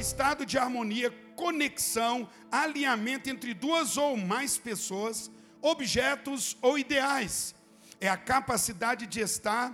estado de harmonia, conexão, alinhamento entre duas ou mais pessoas, objetos ou ideais. É a capacidade de estar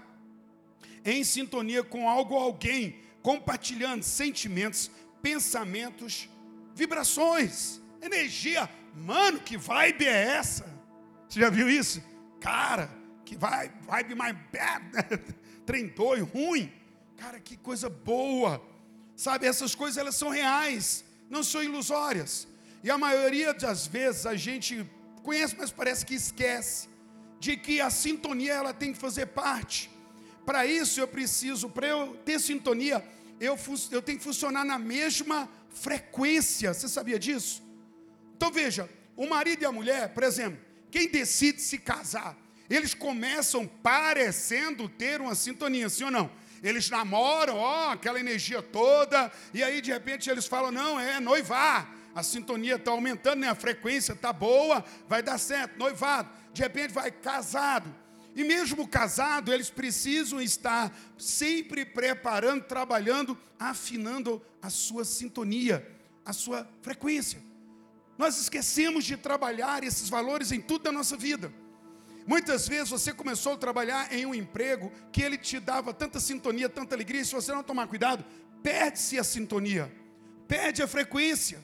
em sintonia com algo ou alguém, compartilhando sentimentos, pensamentos, vibrações, energia. Mano, que vibe é essa? Você já viu isso? Cara, que vibe mais bad, trem doido, ruim. Cara, que coisa boa. Sabe, essas coisas elas são reais, não são ilusórias. E a maioria das vezes a gente conhece, mas parece que esquece de que a sintonia ela tem que fazer parte. Para isso para eu ter sintonia, eu tenho que funcionar na mesma frequência. Você sabia disso? Então veja, o marido e a mulher, por exemplo, quem decide se casar, eles começam parecendo ter uma sintonia, sim ou não? Eles namoram, aquela energia toda, e aí de repente eles falam, não, é noivar. A sintonia está aumentando, né? A frequência está boa, vai dar certo, noivado. De repente vai casado. E mesmo casado, eles precisam estar sempre preparando, trabalhando, afinando a sua sintonia, a sua frequência. Nós esquecemos de trabalhar esses valores em tudo da nossa vida. Muitas vezes você começou a trabalhar em um emprego que ele te dava tanta sintonia, tanta alegria, e se você não tomar cuidado, perde-se a sintonia, perde a frequência.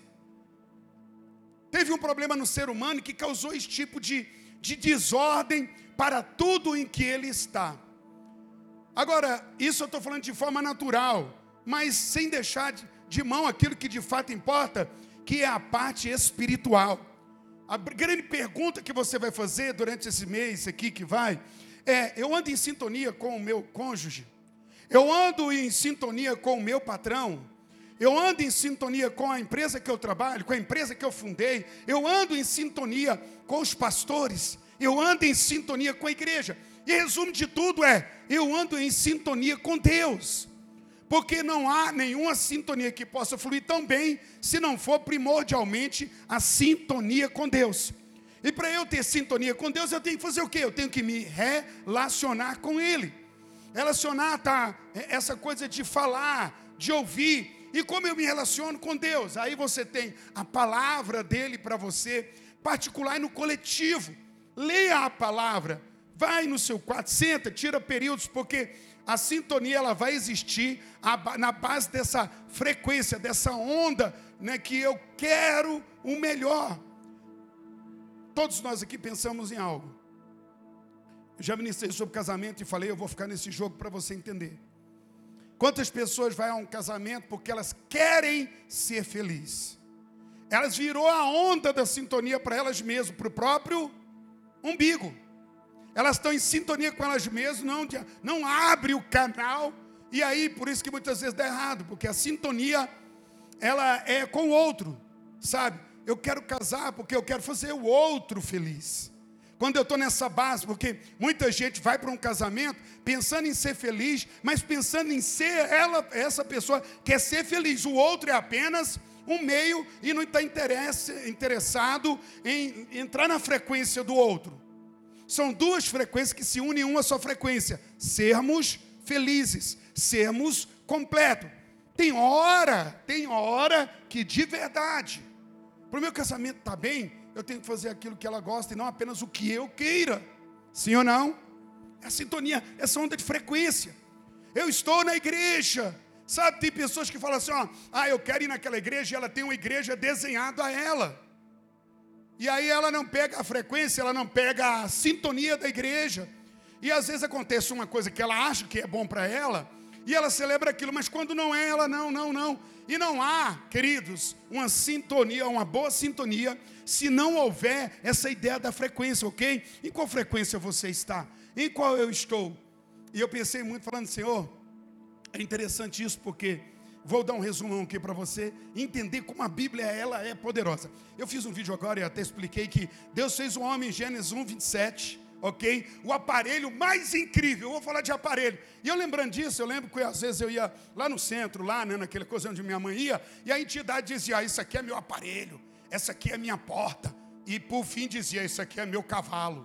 Teve um problema no ser humano que causou esse tipo de desordem para tudo em que ele está. Agora, isso eu estou falando de forma natural, mas sem deixar de mão aquilo que de fato importa, que é a parte espiritual. A grande pergunta que você vai fazer durante esse mês aqui que vai, eu ando em sintonia com o meu cônjuge? Eu ando em sintonia com o meu patrão? Eu ando em sintonia com a empresa que eu trabalho, com a empresa que eu fundei? Eu ando em sintonia com os pastores? Eu ando em sintonia com a igreja? E resumo de tudo eu ando em sintonia com Deus. Porque não há nenhuma sintonia que possa fluir tão bem se não for primordialmente a sintonia com Deus. E para eu ter sintonia com Deus, eu tenho que fazer o quê? Eu tenho que me relacionar com Ele. Relacionar, essa coisa de falar, de ouvir. E como eu me relaciono com Deus? Aí você tem a palavra dEle para você, particular e no coletivo. Leia a palavra, vai no seu quarto, senta, tira períodos, porque a sintonia ela vai existir na base dessa frequência, dessa onda, né, que eu quero o melhor. Todos nós aqui pensamos em algo. Eu já ministrei sobre casamento e falei, eu vou ficar nesse jogo para você entender. Quantas pessoas vão a um casamento porque elas querem ser felizes? Elas virou a onda da sintonia para elas mesmas, para o próprio umbigo. Elas estão em sintonia com elas mesmas, não abre o canal, e aí por isso que muitas vezes dá errado, porque a sintonia, ela é com o outro, sabe? Eu quero casar porque eu quero fazer o outro feliz. Quando eu estou nessa base, porque muita gente vai para um casamento pensando em ser feliz, mas pensando em ser essa pessoa quer ser feliz, o outro é apenas um meio e não está interessado em entrar na frequência do outro. São duas frequências que se unem em uma só frequência. Sermos felizes, sermos completos. Tem hora que de verdade, para o meu casamento estar bem, eu tenho que fazer aquilo que ela gosta e não apenas o que eu queira. Sim ou não? É a sintonia, essa onda de frequência. Eu estou na igreja. Sabe, tem pessoas que falam assim, eu quero ir naquela igreja e ela tem uma igreja desenhada a ela. E aí ela não pega a frequência, ela não pega a sintonia da igreja. E às vezes acontece uma coisa que ela acha que é bom para ela, e ela celebra aquilo, mas quando não é, ela não. E não há, queridos, uma sintonia, uma boa sintonia, se não houver essa ideia da frequência, ok? Em qual frequência você está? Em qual eu estou? E eu pensei muito falando, Senhor, é interessante isso, porque vou dar um resumão aqui para você entender como a Bíblia ela é poderosa. Eu fiz um vídeo agora e até expliquei que Deus fez o homem em Gênesis 1:27, ok? O aparelho mais incrível, eu vou falar de aparelho. E eu lembrando disso, eu lembro que às vezes eu ia lá no centro, lá, né, naquela coisa onde minha mãe ia, e a entidade dizia, isso aqui é meu aparelho, essa aqui é minha porta. E por fim dizia, isso aqui é meu cavalo.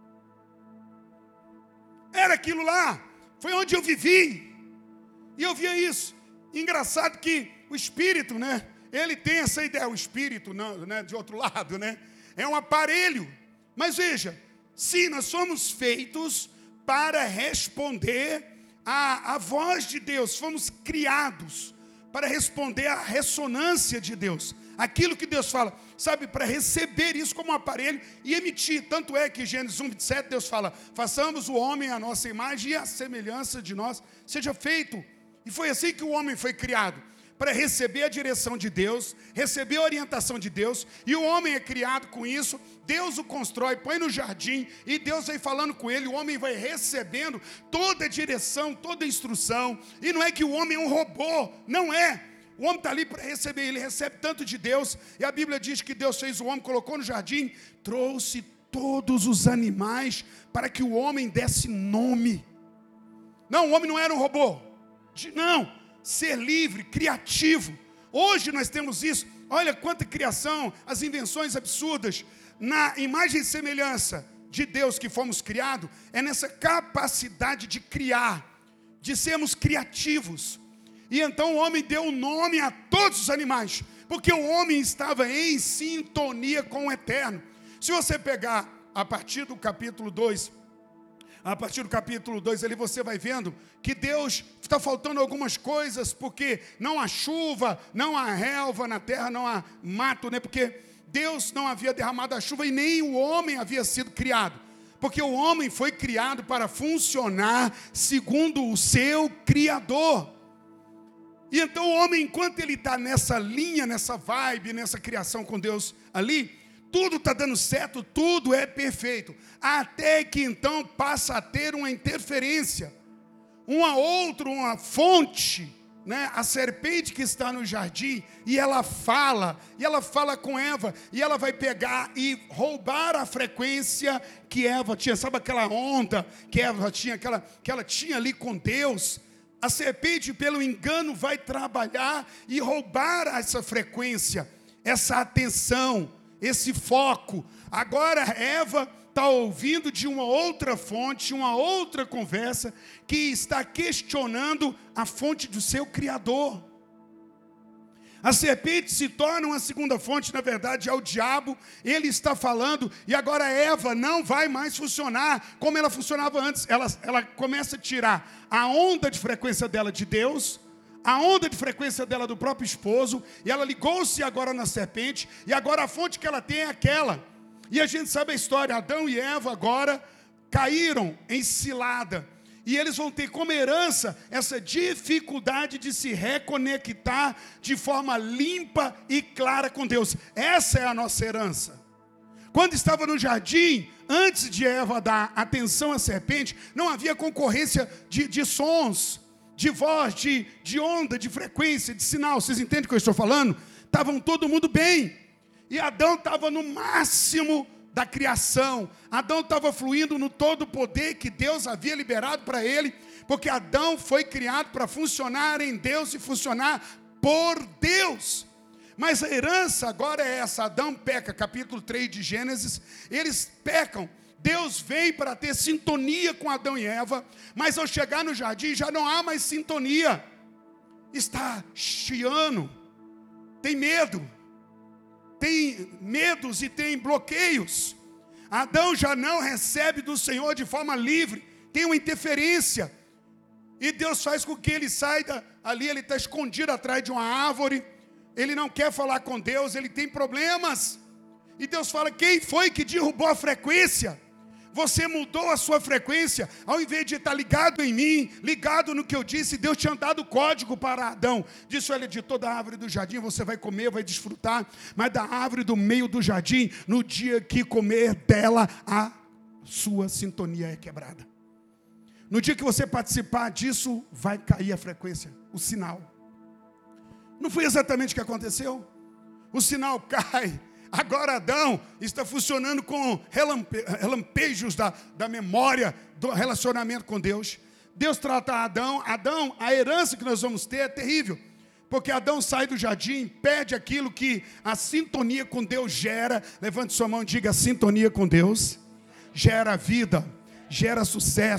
Era aquilo lá, foi onde eu vivi. E eu via isso. Engraçado que o espírito, né? Ele tem essa ideia, o espírito, não, né, de outro lado, né? É um aparelho. Mas veja, sim, nós somos feitos para responder à voz de Deus. Fomos criados para responder à ressonância de Deus. Aquilo que Deus fala, sabe, para receber isso como um aparelho e emitir. Tanto é que Gênesis 1:27, Deus fala, façamos o homem à nossa imagem e à semelhança de nós seja feito. E foi assim que o homem foi criado, para receber a direção de Deus, receber a orientação de Deus, e o homem é criado com isso, Deus o constrói, põe no jardim, e Deus vai falando com ele, o homem vai recebendo toda a direção, toda a instrução, e não é que o homem é um robô, não é. O homem está ali para receber, ele recebe tanto de Deus, e a Bíblia diz que Deus fez o homem, colocou no jardim, trouxe todos os animais para que o homem desse nome. Não, o homem não era um robô, não, ser livre, criativo. Hoje nós temos isso, olha quanta criação, as invenções absurdas, na imagem e semelhança de Deus que fomos criados, é nessa capacidade de criar, de sermos criativos. E então o homem deu um nome a todos os animais, porque o homem estava em sintonia com o eterno. Se você pegar a partir do capítulo 2, ali você vai vendo que Deus está faltando algumas coisas, porque não há chuva, não há relva na terra, não há mato, né? Porque Deus não havia derramado a chuva e nem o homem havia sido criado. Porque o homem foi criado para funcionar segundo o seu Criador. E então o homem, enquanto ele está nessa linha, nessa vibe, nessa criação com Deus ali, tudo está dando certo, tudo é perfeito. Até que então passa a ter uma interferência. Uma fonte, né? A serpente que está no jardim, e ela fala com Eva, e ela vai pegar e roubar a frequência que Eva tinha. Sabe aquela onda que Eva tinha, que ela tinha ali com Deus? A serpente, pelo engano, vai trabalhar e roubar essa frequência, essa atenção, esse foco. Agora Eva está ouvindo de uma outra fonte, uma outra conversa, que está questionando a fonte do seu Criador. A serpente se torna uma segunda fonte, na verdade é o diabo, ele está falando, e agora Eva não vai mais funcionar como ela funcionava antes. Ela começa a tirar a onda de frequência dela de Deus, a onda de frequência dela do próprio esposo, e ela ligou-se agora na serpente, e agora a fonte que ela tem é aquela. E a gente sabe a história, Adão e Eva agora caíram em cilada, e eles vão ter como herança essa dificuldade de se reconectar de forma limpa e clara com Deus. Essa é a nossa herança. Quando estava no jardim, antes de Eva dar atenção à serpente, não havia concorrência de sons, de voz, de onda, de frequência, de sinal. Vocês entendem o que eu estou falando? Estavam todo mundo bem. E Adão estava no máximo da criação. Adão estava fluindo no todo o poder que Deus havia liberado para ele, porque Adão foi criado para funcionar em Deus e funcionar por Deus. Mas a herança agora é essa. Adão peca, capítulo 3 de Gênesis, eles pecam. Deus vem para ter sintonia com Adão e Eva, mas ao chegar no jardim já não há mais sintonia. Está chiando, tem medo. Tem medos e tem bloqueios. Adão já não recebe do Senhor de forma livre, tem uma interferência. E Deus faz com que ele saia ali, ele está escondido atrás de uma árvore, ele não quer falar com Deus, ele tem problemas. E Deus fala, quem foi que derrubou a frequência? Você mudou a sua frequência, ao invés de estar ligado em mim, ligado no que eu disse, Deus tinha dado código para Adão. Disse, olha, de toda a árvore do jardim você vai comer, vai desfrutar, mas da árvore do meio do jardim, no dia que comer dela, a sua sintonia é quebrada. No dia que você participar disso, vai cair a frequência, o sinal. Não foi exatamente o que aconteceu? O sinal cai. Agora Adão está funcionando com relampejos da memória, do relacionamento com Deus. Deus trata Adão, a herança que nós vamos ter é terrível. Porque Adão sai do jardim, perde aquilo que a sintonia com Deus gera. Levante sua mão e diga, a sintonia com Deus gera vida, gera sucesso,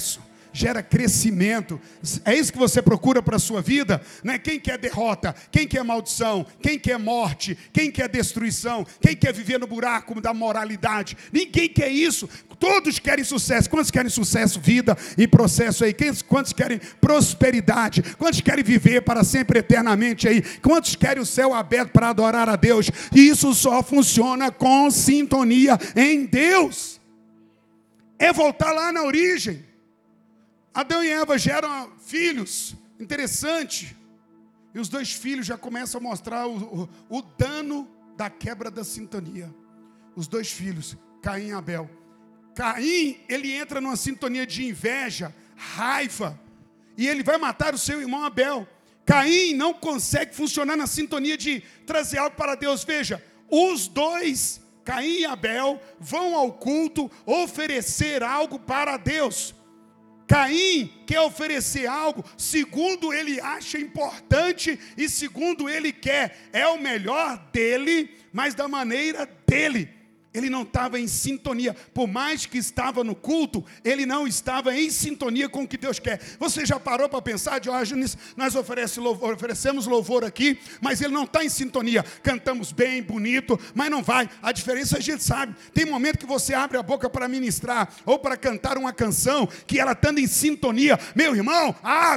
gera crescimento. É isso que você procura para a sua vida? Não é quem quer derrota, quem quer maldição, quem quer morte, quem quer destruição, quem quer viver no buraco da moralidade. Ninguém quer isso. Todos querem sucesso. Quantos querem sucesso, vida e processo aí? Quantos querem prosperidade? Quantos querem viver para sempre, eternamente aí? Quantos querem o céu aberto para adorar a Deus? E isso só funciona com sintonia em Deus. É voltar lá na origem. Adão e Eva geram filhos. Interessante. E os dois filhos já começam a mostrar o dano da quebra da sintonia. Os dois filhos, Caim e Abel. Caim, ele entra numa sintonia de inveja, raiva, e ele vai matar o seu irmão Abel. Caim não consegue funcionar na sintonia de trazer algo para Deus. Veja, os dois, Caim e Abel, vão ao culto oferecer algo para Deus. Caim quer oferecer algo segundo ele acha importante e segundo ele quer. É o melhor dele, mas da maneira dele. Ele não estava em sintonia. Por mais que estava no culto, ele não estava em sintonia com o que Deus quer. Você já parou para pensar, Diógenes? Nós oferecemos louvor aqui, mas ele não está em sintonia. Cantamos bem, bonito, mas não vai. A diferença a gente sabe. Tem momento que você abre a boca para ministrar ou para cantar uma canção que ela estando em sintonia. Meu irmão,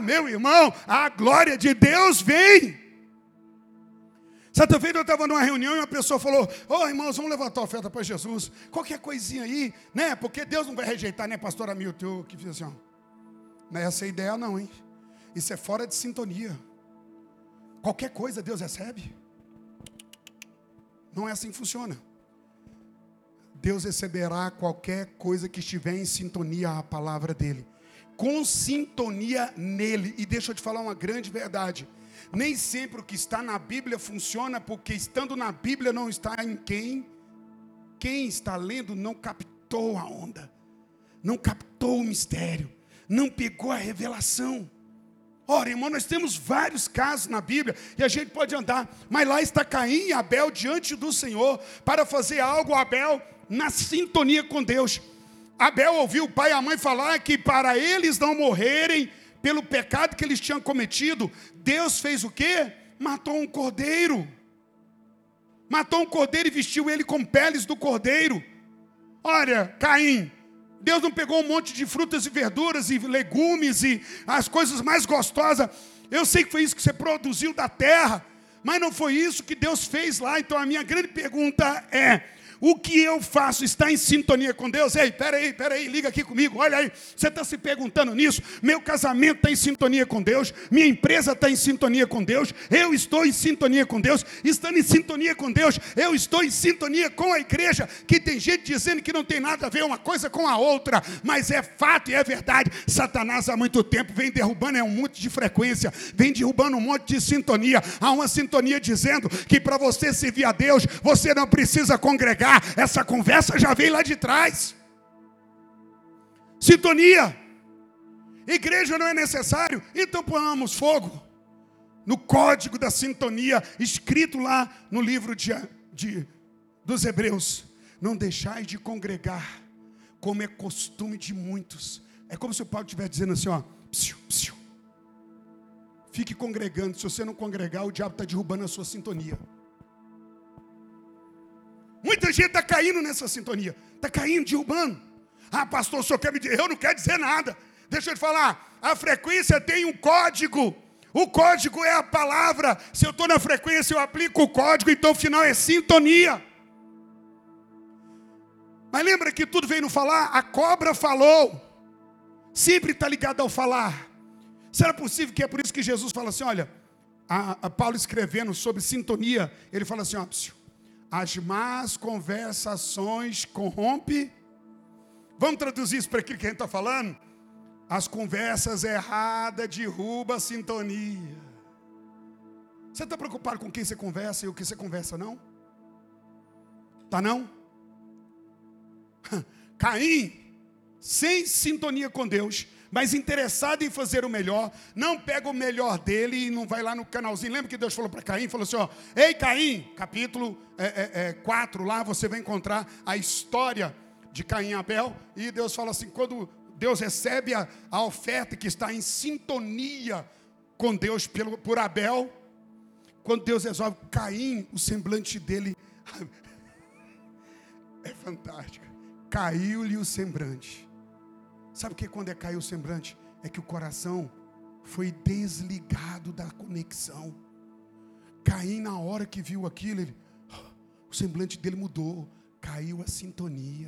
a glória de Deus vem. Certa vez eu estava numa reunião e uma pessoa falou: irmãos, vamos levantar a oferta para Jesus. Qualquer coisinha aí, né? Porque Deus não vai rejeitar, né, pastor Hamilton? Que fiz assim, ó. Não é essa a ideia não, hein? Isso é fora de sintonia. Qualquer coisa Deus recebe. Não é assim que funciona. Deus receberá qualquer coisa que estiver em sintonia à palavra dele. Com sintonia nele. E deixa eu te falar uma grande verdade. Nem sempre o que está na Bíblia funciona, porque estando na Bíblia não está em quem está lendo não captou a onda, não captou o mistério, não pegou a revelação. Ora, irmão, nós temos vários casos na Bíblia, e a gente pode andar, mas lá está Caim e Abel diante do Senhor, para fazer algo. Abel na sintonia com Deus. Abel ouviu o pai e a mãe falar que para eles não morrerem pelo pecado que eles tinham cometido, Deus fez o quê? Matou um cordeiro. Matou um cordeiro e vestiu ele com peles do cordeiro. Olha, Caim, Deus não pegou um monte de frutas e verduras e legumes e as coisas mais gostosas. Eu sei que foi isso que você produziu da terra, mas não foi isso que Deus fez lá. Então a minha grande pergunta é: o que eu faço está em sintonia com Deus? Ei, peraí, liga aqui comigo, olha aí. Você está se perguntando nisso? Meu casamento está em sintonia com Deus, minha empresa está em sintonia com Deus, eu estou em sintonia com Deus. Estando em sintonia com Deus, eu estou em sintonia com a igreja, que tem gente dizendo que não tem nada a ver uma coisa com a outra, mas é fato e é verdade. Satanás há muito tempo vem derrubando um monte de frequência, vem derrubando um monte de sintonia. Há uma sintonia dizendo que para você servir a Deus, você não precisa congregar. Essa conversa já veio lá de trás. Sintonia. Igreja não é necessário, então ponhamos fogo no código da sintonia, escrito lá no livro dos Hebreus. Não deixai de congregar, como é costume de muitos. É como se o Paulo estivesse dizendo assim, ó, psiu, psiu. Fique congregando. Se você não congregar, o diabo está derrubando a sua sintonia. Muita gente está caindo nessa sintonia. Está caindo, derrubando. Ah, pastor, o senhor quer me dizer? Eu não quero dizer nada. Deixa eu te falar. A frequência tem um código. O código é a palavra. Se eu estou na frequência, eu aplico o código. Então o final é sintonia. Mas lembra que tudo veio no falar? A cobra falou. Sempre está ligado ao falar. Será possível que é por isso que Jesus fala assim, olha, a Paulo escrevendo sobre sintonia, ele fala assim, ó, as más conversações corrompem. Vamos traduzir isso para aquilo que a gente está falando? As conversas erradas derrubam a sintonia. Você está preocupado com quem você conversa e o que você conversa, não? Tá não? Caim, sem sintonia com Deus, mas interessado em fazer o melhor, não pega o melhor dele e não vai lá no canalzinho. Lembra que Deus falou para Caim? Falou assim, ó, ei Caim, capítulo 4, lá você vai encontrar a história de Caim e Abel. E Deus fala assim, quando Deus recebe a oferta que está em sintonia com Deus por Abel. Quando Deus resolve Caim, o semblante dele é fantástico. Caiu-lhe o semblante. Sabe o que quando caiu o semblante? É que o coração foi desligado da conexão. Caim, na hora que viu aquilo, o semblante dele mudou. Caiu a sintonia.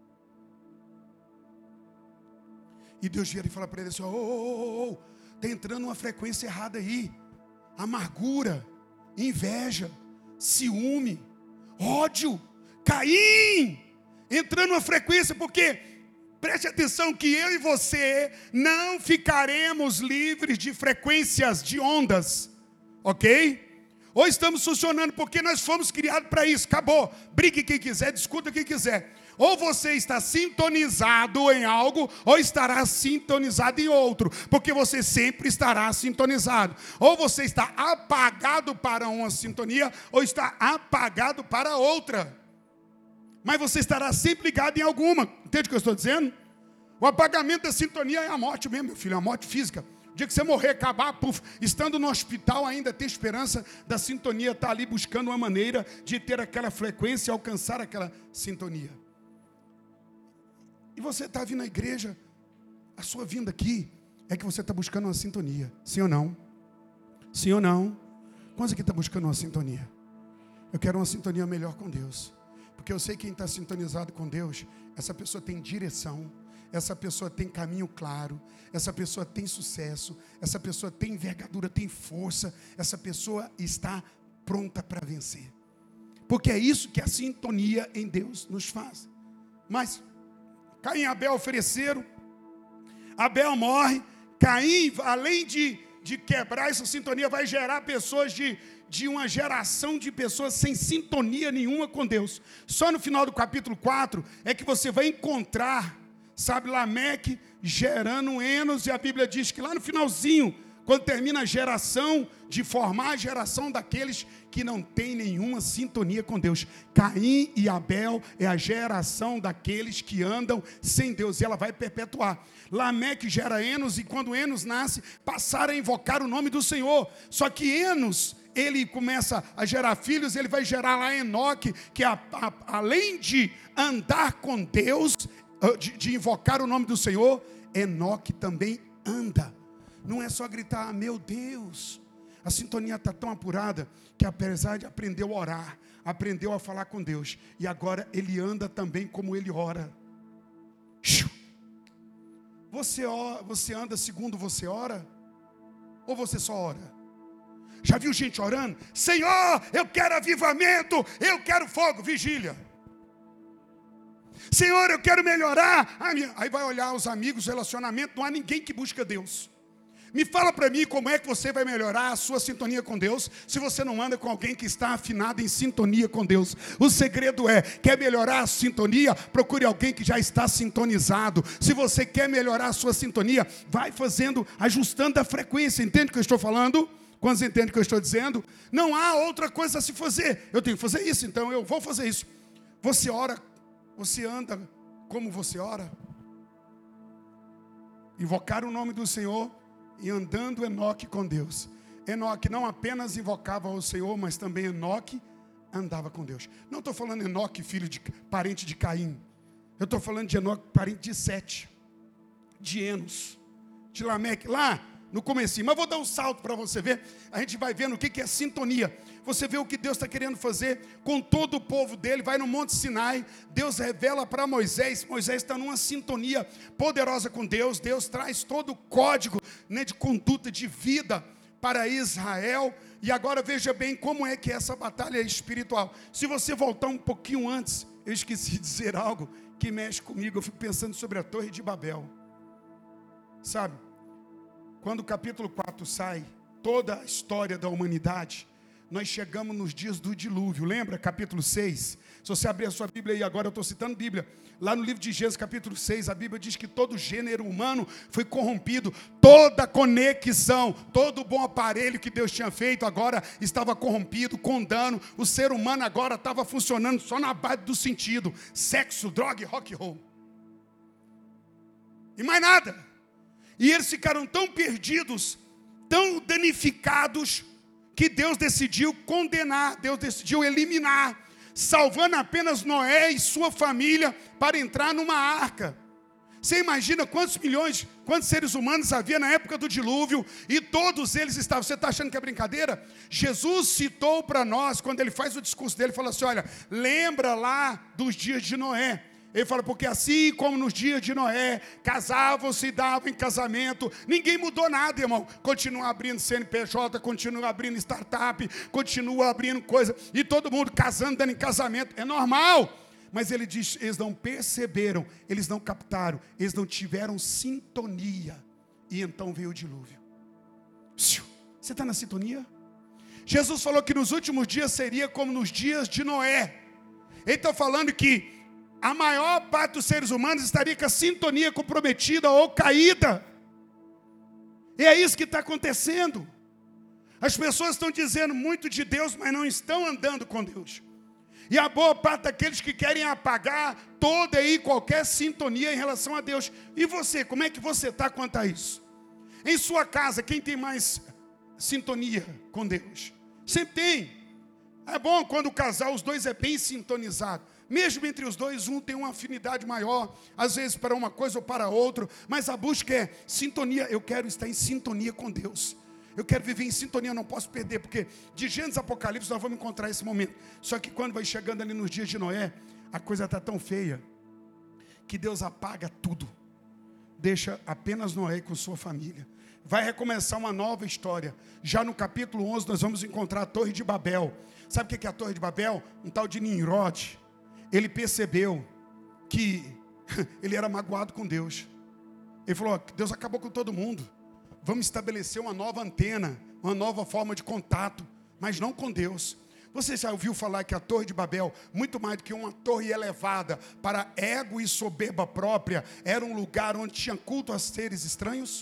E Deus vira e fala para ele assim: está entrando uma frequência errada aí. Amargura, inveja, ciúme, ódio. Caim, entrando uma frequência, porque preste atenção que eu e você não ficaremos livres de frequências, de ondas, ok? Ou estamos funcionando porque nós fomos criados para isso, acabou. Brigue quem quiser, discuta quem quiser. Ou você está sintonizado em algo, ou estará sintonizado em outro, porque você sempre estará sintonizado. Ou você está apagado para uma sintonia, ou está apagado para outra. Mas você estará sempre ligado em alguma. Entende o que eu estou dizendo? O apagamento da sintonia é a morte mesmo, meu filho, é a morte física. O dia que você morrer, acabar, estando no hospital, ainda tem esperança da sintonia estar ali buscando uma maneira de ter aquela frequência e alcançar aquela sintonia. E você está vindo à igreja, a sua vinda aqui é que você está buscando uma sintonia. Sim ou não? Sim ou não? Quantos aqui está buscando uma sintonia? Eu quero uma sintonia melhor com Deus. Porque eu sei quem está sintonizado com Deus, essa pessoa tem direção, essa pessoa tem caminho claro, essa pessoa tem sucesso, essa pessoa tem envergadura, tem força, essa pessoa está pronta para vencer. Porque é isso que a sintonia em Deus nos faz. Mas Caim e Abel ofereceram, Abel morre, Caim, além de quebrar essa sintonia, vai gerar pessoas de uma geração de pessoas sem sintonia nenhuma com Deus. Só no final do capítulo 4 é que você vai encontrar, sabe, Lameque gerando Enos, e a Bíblia diz que lá no finalzinho, quando termina a geração, de formar a geração daqueles que não tem nenhuma sintonia com Deus. Caim e Abel é a geração daqueles que andam sem Deus, e ela vai perpetuar. Lameque gera Enos, e quando Enos nasce, passaram a invocar o nome do Senhor. Só que Enos, ele começa a gerar filhos, ele vai gerar lá Enoque, que além de andar com Deus, de invocar o nome do Senhor, Enoque também anda. Não é só gritar, meu Deus. A sintonia está tão apurada que apesar de aprender a orar, aprendeu a falar com Deus, e agora ele anda também como ele ora. Você anda segundo você ora? Ou você só ora? Já viu gente orando? Senhor, eu quero avivamento, eu quero fogo, vigília. Senhor, eu quero melhorar. Aí vai olhar os amigos, relacionamento, não há ninguém que busca Deus. Me fala para mim como é que você vai melhorar a sua sintonia com Deus se você não anda com alguém que está afinado em sintonia com Deus. O segredo quer melhorar a sintonia? Procure alguém que já está sintonizado. Se você quer melhorar a sua sintonia, vai fazendo, ajustando a frequência. Entende o que eu estou falando? Quantos entendem o que eu estou dizendo? Não há outra coisa a se fazer. Eu tenho que fazer isso, então eu vou fazer isso. Você ora, você anda como você ora? Invocar o nome do Senhor e andando Enoque com Deus. Enoque não apenas invocava o Senhor, mas também Enoque andava com Deus. Não estou falando Enoque, parente de Caim. Eu estou falando de Enoque, parente de Sete, de Enos, de Lameque, lá no comecinho. Mas vou dar um salto para você ver. A gente vai vendo o que é sintonia. Você vê o que Deus está querendo fazer com todo o povo dele. Vai no Monte Sinai. Deus revela para Moisés. Moisés está numa sintonia poderosa com Deus. Deus traz todo o código, né, de conduta, de vida para Israel. E agora veja bem como é que essa batalha é espiritual. Se você voltar um pouquinho antes, eu esqueci de dizer algo que mexe comigo. Eu fico pensando sobre a Torre de Babel. Sabe? Quando o capítulo 4 sai, toda a história da humanidade, nós chegamos nos dias do dilúvio. Lembra? Capítulo 6. Se você abrir a sua Bíblia aí, agora eu estou citando Bíblia. Lá no livro de Gênesis, capítulo 6, a Bíblia diz que todo gênero humano foi corrompido. Toda conexão, todo o bom aparelho que Deus tinha feito agora estava corrompido, com dano. O ser humano agora estava funcionando só na base do sentido. Sexo, droga e rock and roll. E mais nada. E eles ficaram tão perdidos, tão danificados, que Deus decidiu condenar, Deus decidiu eliminar, salvando apenas Noé e sua família para entrar numa arca. Você imagina quantos milhões, quantos seres humanos havia na época do dilúvio, e todos eles estavam, você está achando que é brincadeira? Jesus citou para nós, quando ele faz o discurso dele, fala assim, olha, lembra lá dos dias de Noé. Ele fala, porque assim como nos dias de Noé, casavam-se e davam em casamento, ninguém mudou nada, irmão. Continua abrindo CNPJ, continua abrindo startup, continua abrindo coisa, e todo mundo casando, dando em casamento, é normal. Mas ele diz, eles não perceberam, eles não captaram, eles não tiveram sintonia. E então veio o dilúvio. Você está na sintonia? Jesus falou que nos últimos dias seria como nos dias de Noé. Ele está falando que a maior parte dos seres humanos estaria com a sintonia comprometida ou caída. E é isso que está acontecendo. As pessoas estão dizendo muito de Deus, mas não estão andando com Deus. E a boa parte daqueles que querem apagar toda e qualquer sintonia em relação a Deus. E você, como é que você está quanto a isso? Em sua casa, quem tem mais sintonia com Deus? Sempre tem. É bom quando o casal, os dois é bem sintonizado. Mesmo entre os dois, um tem uma afinidade maior, às vezes para uma coisa ou para outra, mas a busca é sintonia. Eu quero estar em sintonia com Deus. Eu quero viver em sintonia, eu não posso perder, porque de Gênesis a Apocalipse nós vamos encontrar esse momento. Só que quando vai chegando ali nos dias de Noé, a coisa está tão feia, que Deus apaga tudo. Deixa apenas Noé com sua família. Vai recomeçar uma nova história. Já no capítulo 11 nós vamos encontrar a Torre de Babel. Sabe o que é a Torre de Babel? Um tal de Nimrod. Ele percebeu que ele era magoado com Deus. Ele falou, Deus acabou com todo mundo. Vamos estabelecer uma nova antena, uma nova forma de contato, mas não com Deus. Você já ouviu falar que a Torre de Babel, muito mais do que uma torre elevada para ego e soberba própria, era um lugar onde tinha culto a seres estranhos?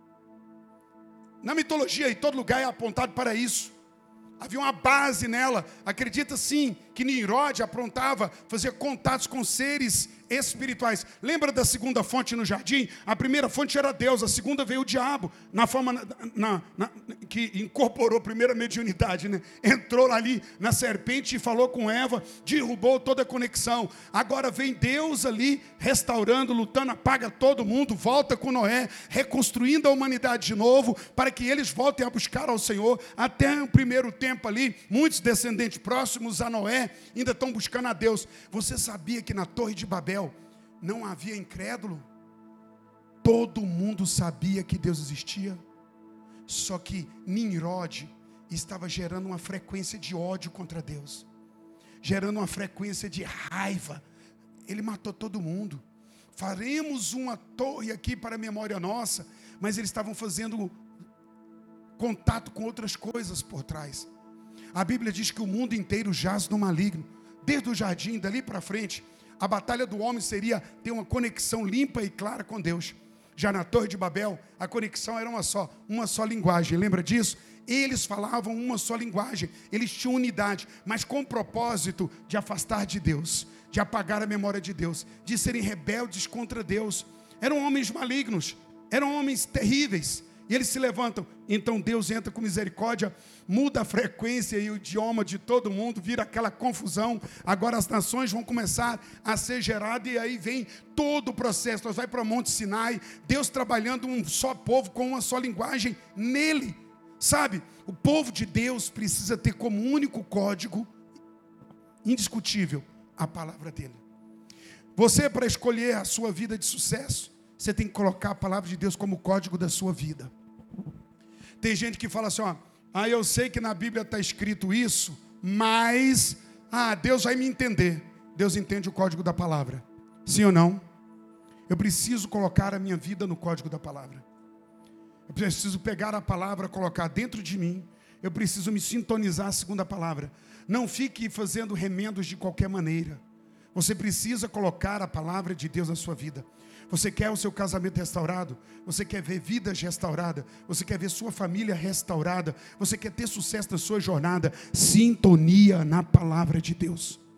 Na mitologia, em todo lugar é apontado para isso. Havia uma base nela. Acredita sim que Nimrod aprontava fazer contatos com seres espirituais. Lembra da segunda fonte no jardim? A primeira fonte era Deus, a segunda veio o diabo, na forma que incorporou a primeira mediunidade, né? Entrou ali na serpente e falou com Eva, derrubou toda a conexão. Agora vem Deus ali, restaurando, lutando, apaga todo mundo, volta com Noé, reconstruindo a humanidade de novo, para que eles voltem a buscar ao Senhor. Até o primeiro tempo ali, muitos descendentes próximos a Noé ainda estão buscando a Deus. Você sabia que na Torre de Babel não havia incrédulo? Todo mundo sabia que Deus existia. Só que Nimrod estava gerando uma frequência de ódio contra Deus, gerando uma frequência de raiva. Ele matou todo mundo. Faremos uma torre aqui para a memória nossa, mas eles estavam fazendo contato com outras coisas por trás. A Bíblia diz que o mundo inteiro jaz no maligno. Desde o jardim, dali para frente, a batalha do homem seria ter uma conexão limpa e clara com Deus. Já na Torre de Babel, a conexão era uma só linguagem. Lembra disso? Eles falavam uma só linguagem, eles tinham unidade, mas com o propósito de afastar de Deus, de apagar a memória de Deus, de serem rebeldes contra Deus. Eram homens malignos, eram homens terríveis. E eles se levantam, então Deus entra com misericórdia, muda a frequência e o idioma de todo mundo, vira aquela confusão. Agora as nações vão começar a ser geradas e aí vem todo o processo. Nós vamos para o Monte Sinai, Deus trabalhando um só povo com uma só linguagem nele. Sabe, o povo de Deus precisa ter como único código indiscutível a palavra dele. Você, para escolher a sua vida de sucesso, você tem que colocar a palavra de Deus como código da sua vida. Tem gente que fala assim, eu sei que na Bíblia está escrito isso, mas, Deus vai me entender. Deus entende o código da palavra. Sim ou não? Eu preciso colocar a minha vida no código da palavra. Eu preciso pegar a palavra, colocar dentro de mim. Eu preciso me sintonizar segundo a palavra. Não fique fazendo remendos de qualquer maneira. Você precisa colocar a palavra de Deus na sua vida. Você quer o seu casamento restaurado? Você quer ver vidas restauradas? Você quer ver sua família restaurada? Você quer ter sucesso na sua jornada? Sintonia na palavra de Deus.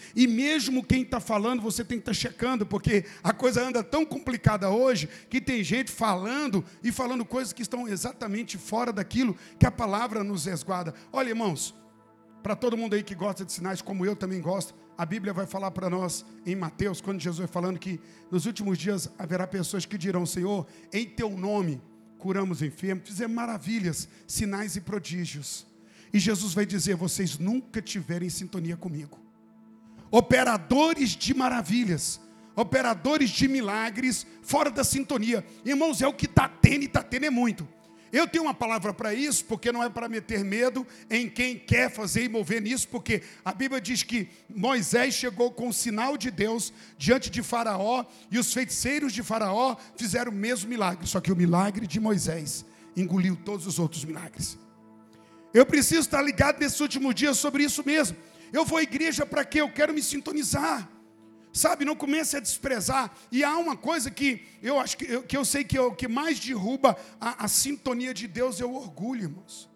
E mesmo quem está falando, você tem que estar checando, porque a coisa anda tão complicada hoje, que tem gente falando e falando coisas que estão exatamente fora daquilo que a palavra nos resguarda. Olha, irmãos, para todo mundo aí que gosta de sinais, como eu também gosto, a Bíblia vai falar para nós em Mateus, quando Jesus vai falando que nos últimos dias haverá pessoas que dirão: Senhor, em teu nome curamos enfermos, fizemos maravilhas, sinais e prodígios. E Jesus vai dizer: vocês nunca tiveram em sintonia comigo. Operadores de maravilhas, operadores de milagres, fora da sintonia. Irmãos, é o que está tendo, e está tendo é muito. Eu tenho uma palavra para isso, porque não é para meter medo em quem quer fazer e mover nisso, porque a Bíblia diz que Moisés chegou com o sinal de Deus diante de Faraó, e os feiticeiros de Faraó fizeram o mesmo milagre, só que o milagre de Moisés engoliu todos os outros milagres. Eu preciso estar ligado nesses últimos dias sobre isso mesmo. Eu vou à igreja para quê? Eu quero me sintonizar. Sabe, não comece a desprezar. E há uma coisa que eu acho que eu sei que é o que mais derruba a sintonia de Deus, é o orgulho, irmãos.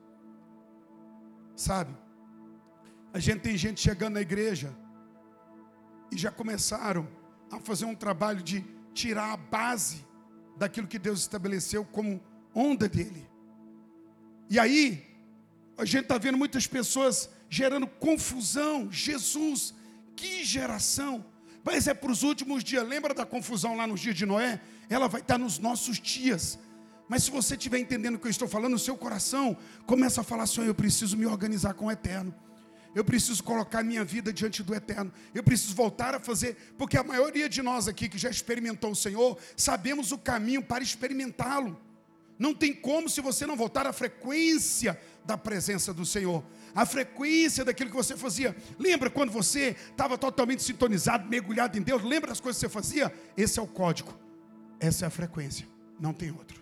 Sabe, tem gente chegando na igreja e já começaram a fazer um trabalho de tirar a base daquilo que Deus estabeleceu como onda dele. E aí, a gente está vendo muitas pessoas gerando confusão. Jesus, que geração! Mas é para os últimos dias. Lembra da confusão lá nos dias de Noé? Ela vai estar nos nossos dias. Mas se você estiver entendendo o que eu estou falando, o seu coração começa a falar: Senhor, eu preciso me organizar com o Eterno. Eu preciso colocar minha vida diante do Eterno. Eu preciso voltar a fazer, porque a maioria de nós aqui que já experimentou o Senhor, sabemos o caminho para experimentá-lo. Não tem como se você não voltar à frequência da presença do Senhor, a frequência daquilo que você fazia. Lembra quando você estava totalmente sintonizado, mergulhado em Deus? Lembra das coisas que você fazia? Esse é o código, essa é a frequência, não tem outro.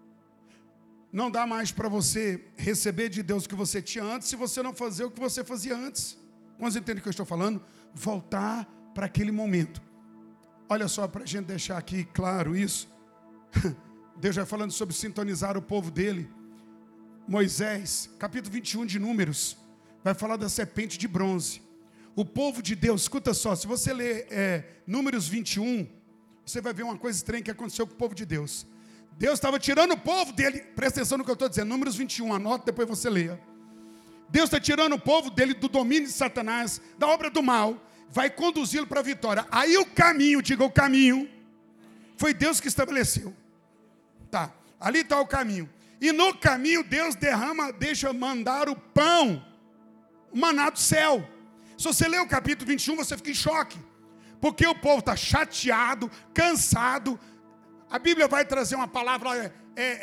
Não dá mais para você receber de Deus o que você tinha antes, se você não fazer o que você fazia antes. Quando você entende o que eu estou falando? Voltar para aquele momento. Olha só, para a gente deixar aqui claro isso, Deus vai falando sobre sintonizar o povo dele. Moisés, capítulo 21 de Números, vai falar da serpente de bronze. O povo de Deus, escuta só, se você ler Números 21, você vai ver uma coisa estranha que aconteceu com o povo de Deus. Deus estava tirando o povo dele, presta atenção no que eu estou dizendo, Números 21, anota, depois você leia. Deus está tirando o povo dele do domínio de Satanás, da obra do mal, vai conduzi-lo para a vitória. Aí o caminho, diga o caminho, foi Deus que estabeleceu. Tá, ali está o caminho. E no caminho Deus deixa mandar o pão, o maná do céu. Se você ler o capítulo 21, você fica em choque. Porque o povo está chateado, cansado. A Bíblia vai trazer uma palavra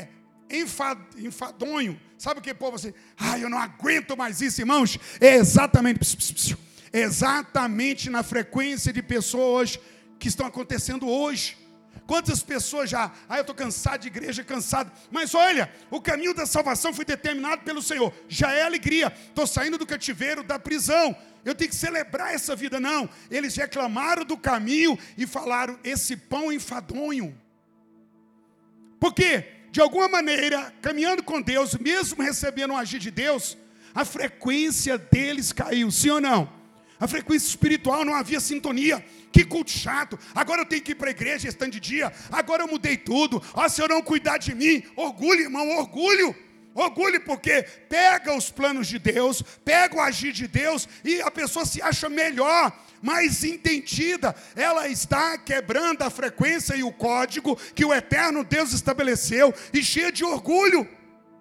enfadonho. Sabe o que o povo assim? Eu não aguento mais isso, irmãos. É exatamente na frequência de pessoas que estão acontecendo hoje. Quantas pessoas já, eu estou cansado de igreja, cansado. Mas olha, o caminho da salvação foi determinado pelo Senhor. Já é alegria. Estou saindo do cativeiro, da prisão. Eu tenho que celebrar essa vida. Não, eles reclamaram do caminho e falaram: esse pão enfadonho. Por quê? De alguma maneira, caminhando com Deus, mesmo recebendo o agir de Deus, a frequência deles caiu. Sim ou não? A frequência espiritual, não havia sintonia. Que culto chato. Agora eu tenho que ir para a igreja estando de dia. Agora eu mudei tudo. Se eu não cuidar de mim. Orgulho, irmão, orgulho. Orgulho porque pega os planos de Deus, pega o agir de Deus e a pessoa se acha melhor, mais entendida. Ela está quebrando a frequência e o código que o eterno Deus estabeleceu e cheia de orgulho.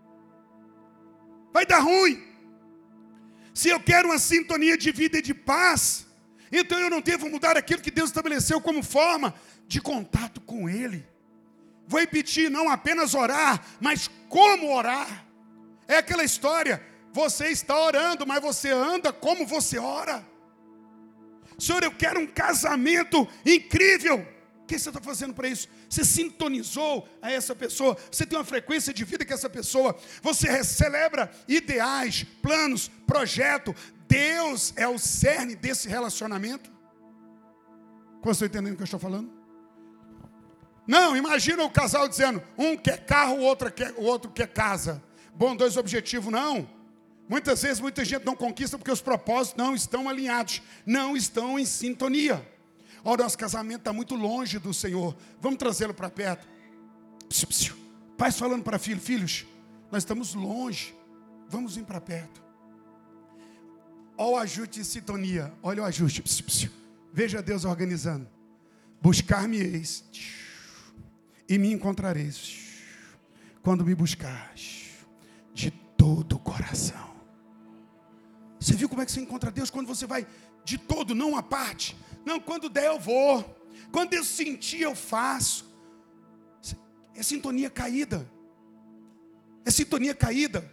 Vai dar ruim. Se eu quero uma sintonia de vida e de paz, então eu não devo mudar aquilo que Deus estabeleceu como forma de contato com Ele. Vou repetir, não apenas orar, mas como orar. É aquela história, você está orando, mas você anda como você ora. Senhor, eu quero um casamento incrível. O que você está fazendo para isso? Você sintonizou a essa pessoa, você tem uma frequência de vida com essa pessoa, você celebra ideais, planos, projeto. Deus é o cerne desse relacionamento. Como você está entendendo o que eu estou falando? Não, imagina o casal dizendo, um quer carro, o outro quer casa. Bom, dois objetivos, não. Muitas vezes, muita gente não conquista porque os propósitos não estão alinhados, não estão em sintonia. Olha, nosso casamento está muito longe do Senhor. Vamos trazê-lo para perto. Pais falando para filhos: filhos, nós estamos longe, vamos vir para perto. Olha o ajuste de sintonia, olha o ajuste. Veja Deus organizando. Buscar-me-eis e me encontrareis quando me buscares de todo o coração. Você viu como é que você encontra Deus? Quando você vai de todo, não uma parte. Não, quando der eu vou. Quando eu sentir eu faço. É sintonia caída. É sintonia caída.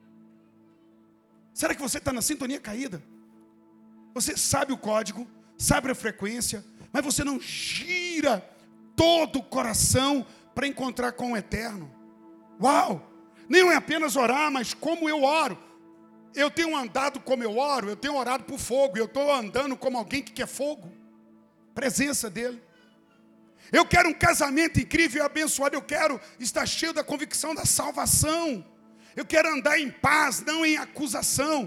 Será que você está na sintonia caída? Você sabe o código, sabe a frequência, mas você não gira todo o coração para encontrar com o Eterno. Uau! Nem é apenas orar, mas como eu oro. Eu tenho andado como eu oro, eu tenho orado por fogo, eu estou andando como alguém que quer fogo. Presença dele. Eu quero um casamento incrível e abençoado, eu quero estar cheio da convicção da salvação. Eu quero andar em paz, não em acusação.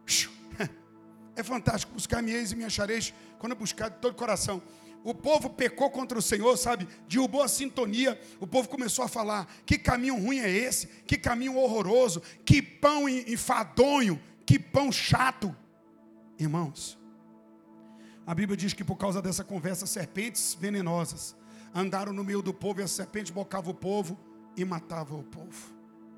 É fantástico, buscar-me-eis e me achareis quando eu buscar de todo o coração. O povo pecou contra o Senhor, sabe? Derrubou a sintonia. O povo começou a falar: que caminho ruim é esse? Que caminho horroroso? Que pão enfadonho? Que pão chato? Irmãos, a Bíblia diz que por causa dessa conversa, serpentes venenosas andaram no meio do povo, e a serpente bocava o povo e matava o povo.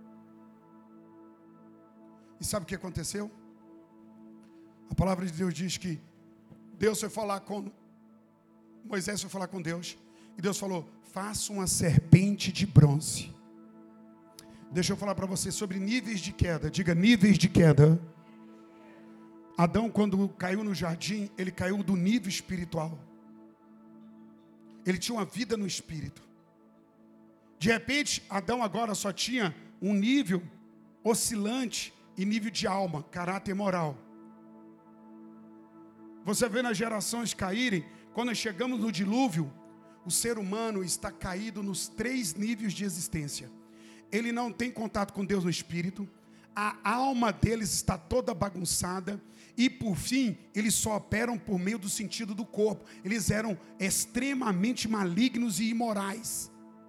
E sabe o que aconteceu? A palavra de Deus diz que Deus foi falar com Moisés, foi falar com Deus, e Deus falou: faça uma serpente de bronze. Deixa eu falar para você sobre níveis de queda. Diga: níveis de queda. Adão, quando caiu no jardim, ele caiu do nível espiritual. Ele tinha uma vida no espírito. De repente, Adão agora só tinha um nível oscilante e nível de alma, caráter moral. Você vê nas gerações caírem. Quando nós chegamos no dilúvio, o ser humano está caído nos 3 níveis de existência. Ele não tem contato com Deus no espírito, a alma deles está toda bagunçada, e por fim, eles só operam por meio do sentido do corpo. Eles eram extremamente malignos e imorais.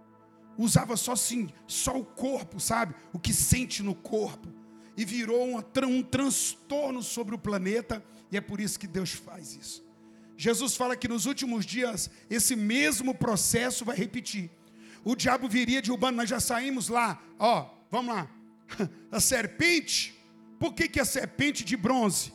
Usava só o corpo, sabe? O que sente no corpo. E virou um transtorno sobre o planeta, e é por isso que Deus faz isso. Jesus fala que nos últimos dias, esse mesmo processo vai repetir. O diabo viria derrubando, nós já saímos lá, vamos lá. A serpente, por que a serpente de bronze?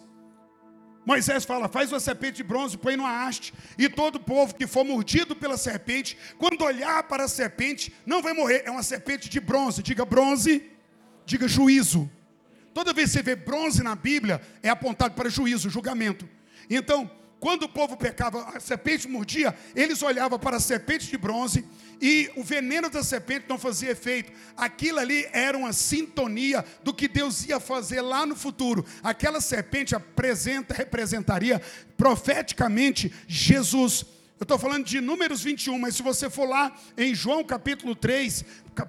Moisés fala: faz uma serpente de bronze, põe numa haste, e todo povo que for mordido pela serpente, quando olhar para a serpente, não vai morrer. É uma serpente de bronze. Diga bronze, diga juízo. Toda vez que você vê bronze na Bíblia, é apontado para juízo, julgamento. Então, quando o povo pecava, a serpente mordia, eles olhavam para a serpente de bronze e o veneno da serpente não fazia efeito. Aquilo ali era uma sintonia do que Deus ia fazer lá no futuro. Aquela serpente representaria profeticamente Jesus. Eu estou falando de Números 21, mas se você for lá em João capítulo 3,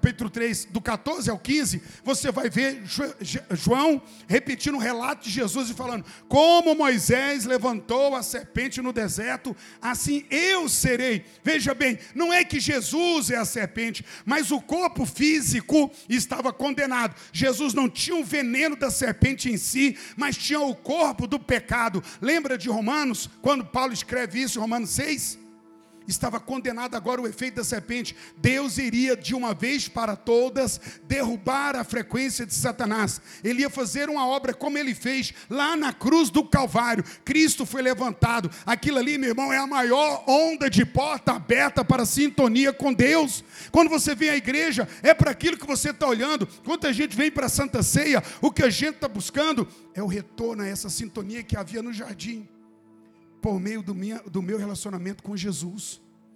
do 14 ao 15, você vai ver João repetindo o relato de Jesus e falando: como Moisés levantou a serpente no deserto, assim eu serei. Veja bem, não é que Jesus é a serpente, mas o corpo físico estava condenado. Jesus não tinha o veneno da serpente em si, mas tinha o corpo do pecado. Lembra de Romanos, quando Paulo escreve isso em Romanos 6? Estava condenado agora o efeito da serpente. Deus iria de uma vez para todas derrubar a frequência de Satanás. Ele ia fazer uma obra como ele fez lá na cruz do Calvário. Cristo foi levantado. Aquilo ali, meu irmão, é a maior onda de porta aberta para a sintonia com Deus. Quando você vem à igreja, é para aquilo que você está olhando. Quando a gente vem para a Santa Ceia, o que a gente está buscando é o retorno a essa sintonia que havia no jardim, por meio do meu relacionamento com Jesus.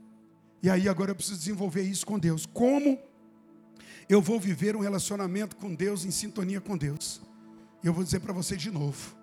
E aí agora eu preciso desenvolver isso com Deus. Como eu vou viver um relacionamento com Deus, em sintonia com Deus? Eu vou dizer para você de novo: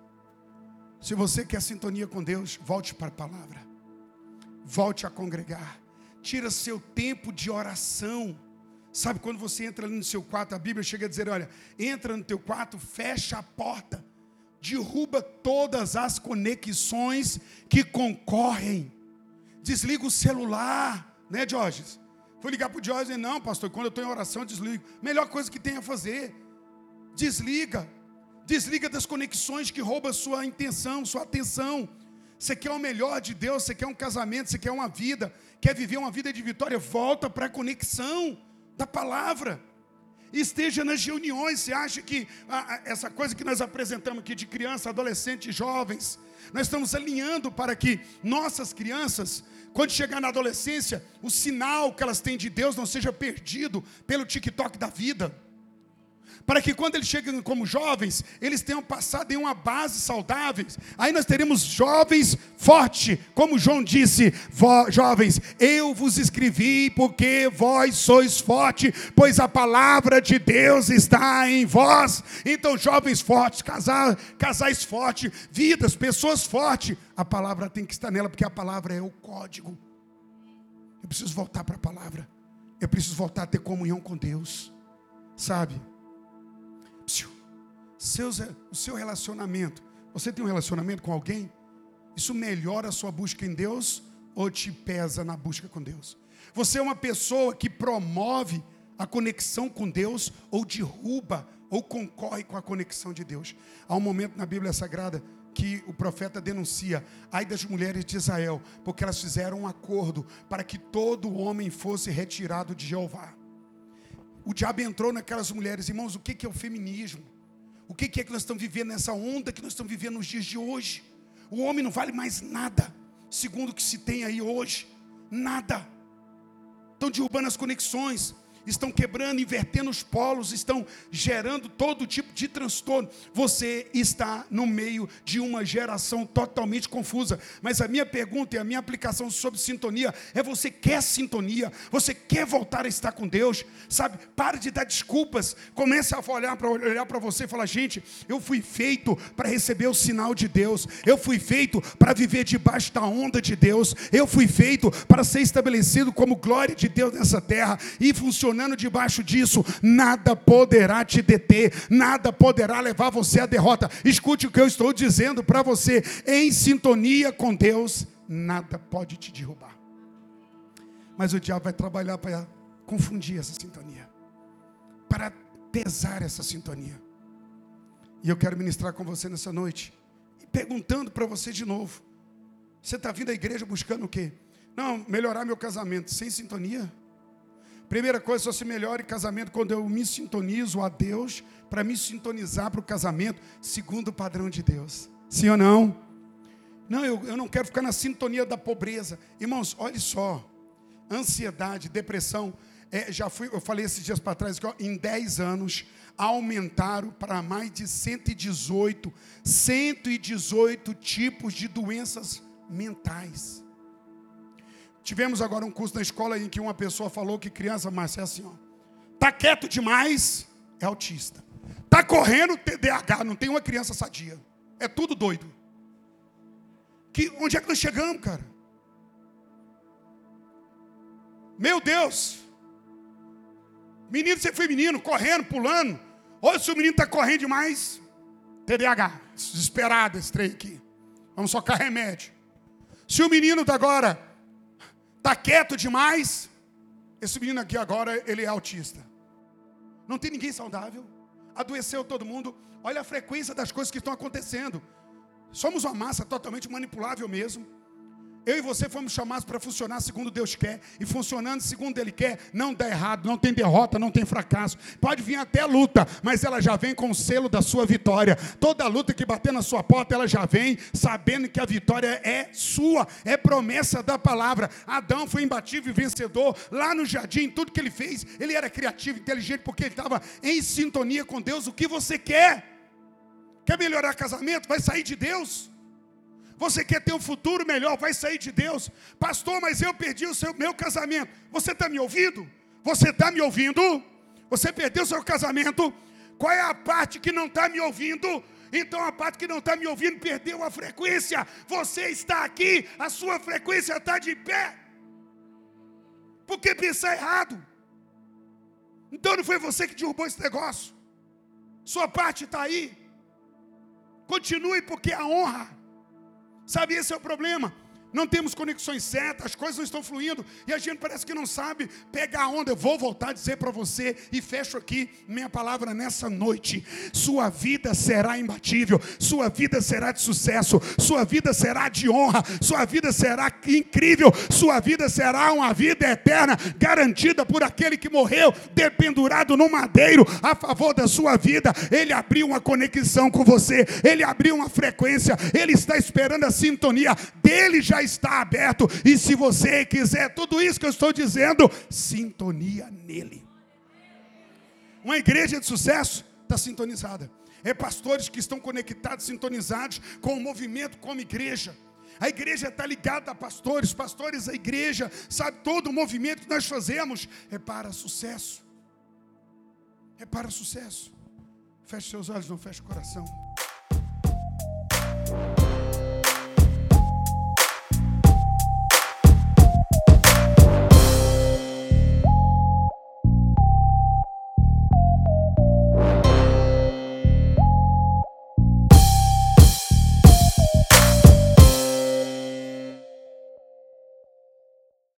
se você quer sintonia com Deus, volte para a palavra, volte a congregar, tira seu tempo de oração, Sabe, quando você entra ali no seu quarto, a Bíblia chega a dizer, olha, entra no teu quarto, fecha a porta, derruba todas as conexões que concorrem. Desliga o celular, né, Diógenes? Fui ligar para o Diógenes, não, pastor, quando eu estou em oração, eu desligo. Melhor coisa que tem a fazer, desliga. Desliga das conexões que roubam a sua intenção, sua atenção. Você quer o melhor de Deus, você quer um casamento, você quer uma vida, quer viver uma vida de vitória, volta para a conexão da palavra. Esteja nas reuniões. Você acha que essa coisa que nós apresentamos aqui de criança, adolescente, jovens, nós estamos alinhando para que nossas crianças, quando chegar na adolescência, o sinal que elas têm de Deus não seja perdido pelo TikTok da vida. Para que quando eles chegam como jovens, eles tenham passado em uma base saudável. Aí nós teremos jovens fortes, como João disse, jovens, eu vos escrevi porque vós sois fortes, pois a palavra de Deus está em vós. Então jovens fortes, casais fortes, vidas, pessoas fortes, a palavra tem que estar nela, porque a palavra é o código. Eu preciso voltar para a palavra, eu preciso voltar a ter comunhão com Deus, sabe? O seu relacionamento, você tem um relacionamento com alguém? Isso melhora a sua busca em Deus ou te pesa na busca com Deus? Você é uma pessoa que promove a conexão com Deus ou derruba ou concorre com a conexão de Deus? Há um momento na Bíblia Sagrada que o profeta denuncia: ai das mulheres de Israel, porque elas fizeram um acordo para que todo homem fosse retirado de Jeová. O diabo entrou naquelas mulheres. Irmãos, o que é o feminismo? O que é que nós estamos vivendo nessa onda que nós estamos vivendo nos dias de hoje? O homem não vale mais nada, segundo o que se tem aí hoje. Nada. Estão derrubando as conexões, estão quebrando, invertendo os polos, estão gerando todo tipo de transtorno. Você está no meio de uma geração totalmente confusa. Mas a minha pergunta e a minha aplicação sobre sintonia é: você quer sintonia? Você quer voltar a estar com Deus? Sabe, pare de dar desculpas. Comece a olhar para você e falar: gente, eu fui feito para receber o sinal de Deus. Eu fui feito para viver debaixo da onda de Deus. Eu fui feito para ser estabelecido como glória de Deus nessa terra. E funcionando debaixo disso, nada poderá te deter, nada poderá levar você à derrota. Escute o que eu estou dizendo para você: em sintonia com Deus, nada pode te derrubar. Mas o diabo vai trabalhar para confundir essa sintonia, para pesar essa sintonia. E eu quero ministrar com você nessa noite, perguntando para você de novo: você está vindo à igreja buscando o quê? Não, melhorar meu casamento. Sem sintonia? Primeira coisa, só se melhora em casamento quando eu me sintonizo a Deus, para me sintonizar para o casamento segundo o padrão de Deus. Sim ou não? Não, eu não quero ficar na sintonia da pobreza. Irmãos, olhe só, ansiedade, depressão, eu falei esses dias para trás que em 10 anos aumentaram para mais de 118 tipos de doenças mentais. Tivemos agora um curso na escola em que uma pessoa falou que criança, mas é assim, ó, tá quieto demais, é autista. Tá correndo, TDAH, não tem uma criança sadia. É tudo doido. Onde é que nós chegamos, cara? Meu Deus. Menino ser feminino, correndo, pulando. Olha, se o menino está correndo demais, TDAH, desesperado esse trem aqui. Vamos socar remédio. Se o menino agora está quieto demais, esse menino aqui agora, ele é autista. Não tem ninguém saudável. Adoeceu todo mundo. Olha a frequência das coisas que estão acontecendo. Somos uma massa totalmente manipulável mesmo. Eu e você fomos chamados para funcionar segundo Deus quer. E funcionando segundo Ele quer, não dá errado, não tem derrota, não tem fracasso. Pode vir até luta, mas ela já vem com o selo da sua vitória. Toda luta que bater na sua porta, ela já vem sabendo que a vitória é sua. É promessa da palavra. Adão foi imbatível e vencedor. Lá no jardim, tudo que ele fez, ele era criativo, inteligente, porque ele estava em sintonia com Deus. O que você quer? Quer melhorar casamento? Vai sair de Deus? Você quer ter um futuro melhor? Vai sair de Deus. Pastor, mas eu perdi meu casamento. Você está me ouvindo? Você está me ouvindo? Você perdeu seu casamento? Qual é a parte que não está me ouvindo? Então a parte que não está me ouvindo perdeu a frequência. Você está aqui, a sua frequência está de pé. Por que pensar errado? Então não foi você que derrubou esse negócio. Sua parte está aí. Continue, porque a honra. Sabe, esse é o problema. Não temos conexões certas, as coisas não estão fluindo, e a gente parece que não sabe pegar a onda. Eu vou voltar a dizer para você, e fecho aqui minha palavra nessa noite. Sua vida será imbatível, sua vida será de sucesso, sua vida será de honra, sua vida será incrível, sua vida será uma vida eterna, garantida por aquele que morreu, dependurado no madeiro, a favor da sua vida. Ele abriu uma conexão com você, ele abriu uma frequência, ele está esperando a sintonia dele, já está aberto, e se você quiser tudo isso que eu estou dizendo, sintonia nele. Uma igreja de sucesso está sintonizada. É pastores que estão conectados, sintonizados com o movimento como igreja. A igreja está ligada a pastores, pastores a igreja, sabe, todo o movimento que nós fazemos é para sucesso. É para sucesso. Feche seus olhos, não feche o coração.